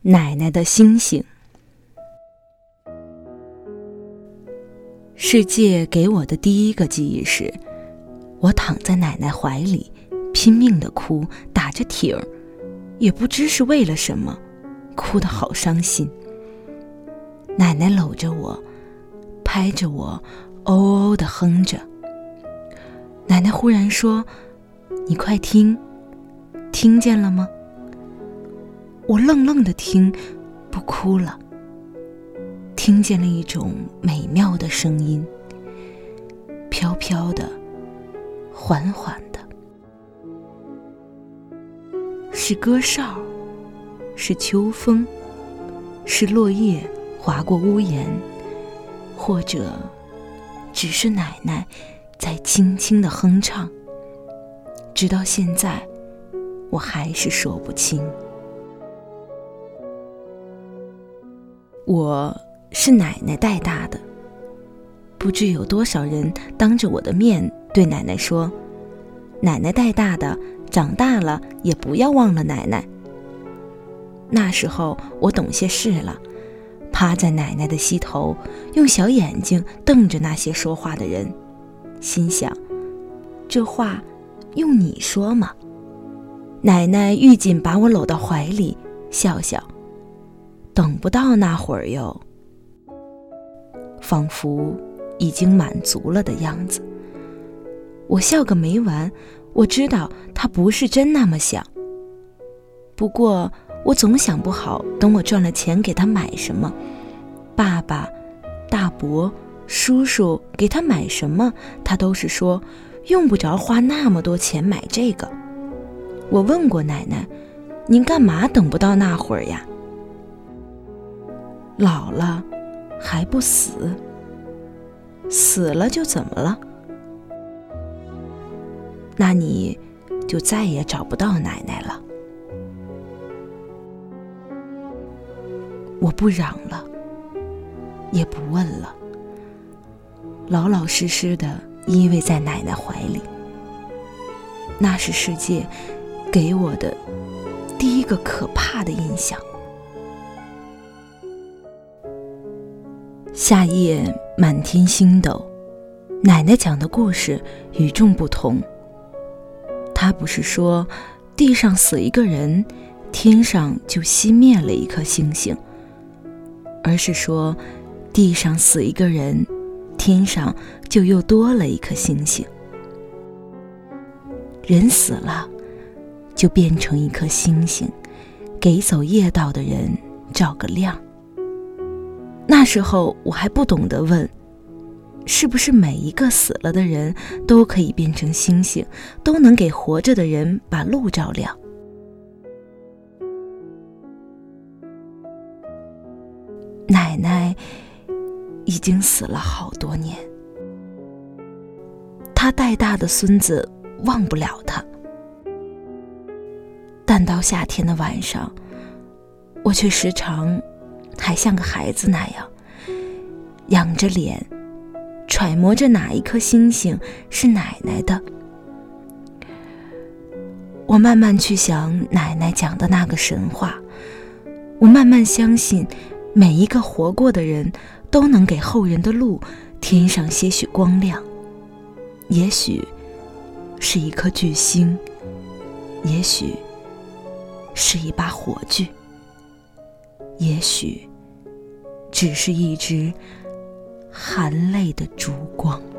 奶奶的星星。世界给我的第一个记忆是，我躺在奶奶怀里，拼命地哭，打着挺儿，也不知是为了什么，哭得好伤心。奶奶搂着我，拍着我，哦哦地哼着。奶奶忽然说：“你快听，听见了吗？”我愣愣地听，不哭了。听见了一种美妙的声音，飘飘的，缓缓的，是歌哨，是秋风，是落叶划过屋檐，或者只是奶奶在轻轻地哼唱。直到现在，我还是说不清。我是奶奶带大的，不知有多少人当着我的面对奶奶说：“奶奶带大的，长大了也不要忘了奶奶。”那时候我懂些事了，趴在奶奶的膝头，用小眼睛瞪着那些说话的人，心想：这话用你说吗？奶奶愈紧把我搂到怀里，笑笑：“等不到那会儿哟。”仿佛已经满足了的样子。我笑个没完，我知道他不是真那么想。不过我总想不好，等我赚了钱给他买什么，爸爸、大伯、叔叔给他买什么，他都是说用不着花那么多钱买这个。我问过奶奶：“您干嘛等不到那会儿呀？”老了还不死，死了就怎么了？那你就再也找不到奶奶了。我不嚷了，也不问了，老老实实的依偎在奶奶怀里。那是世界给我的第一个可怕的印象。夏夜满天星斗，奶奶讲的故事与众不同。她不是说地上死一个人，天上就熄灭了一颗星星，而是说地上死一个人，天上就又多了一颗星星。人死了，就变成一颗星星，给走夜道的人照个亮。那时候我还不懂得问，是不是每一个死了的人都可以变成星星，都能给活着的人把路照亮。奶奶已经死了好多年，她带大的孙子忘不了她，但到夏天的晚上，我却时常还像个孩子那样，仰着脸，揣摩着哪一颗星星是奶奶的。我慢慢去想奶奶讲的那个神话，我慢慢相信每一个活过的人都能给后人的路添上些许光亮。也许是一颗巨星，也许是一把火炬，也许只是一支含泪的烛光。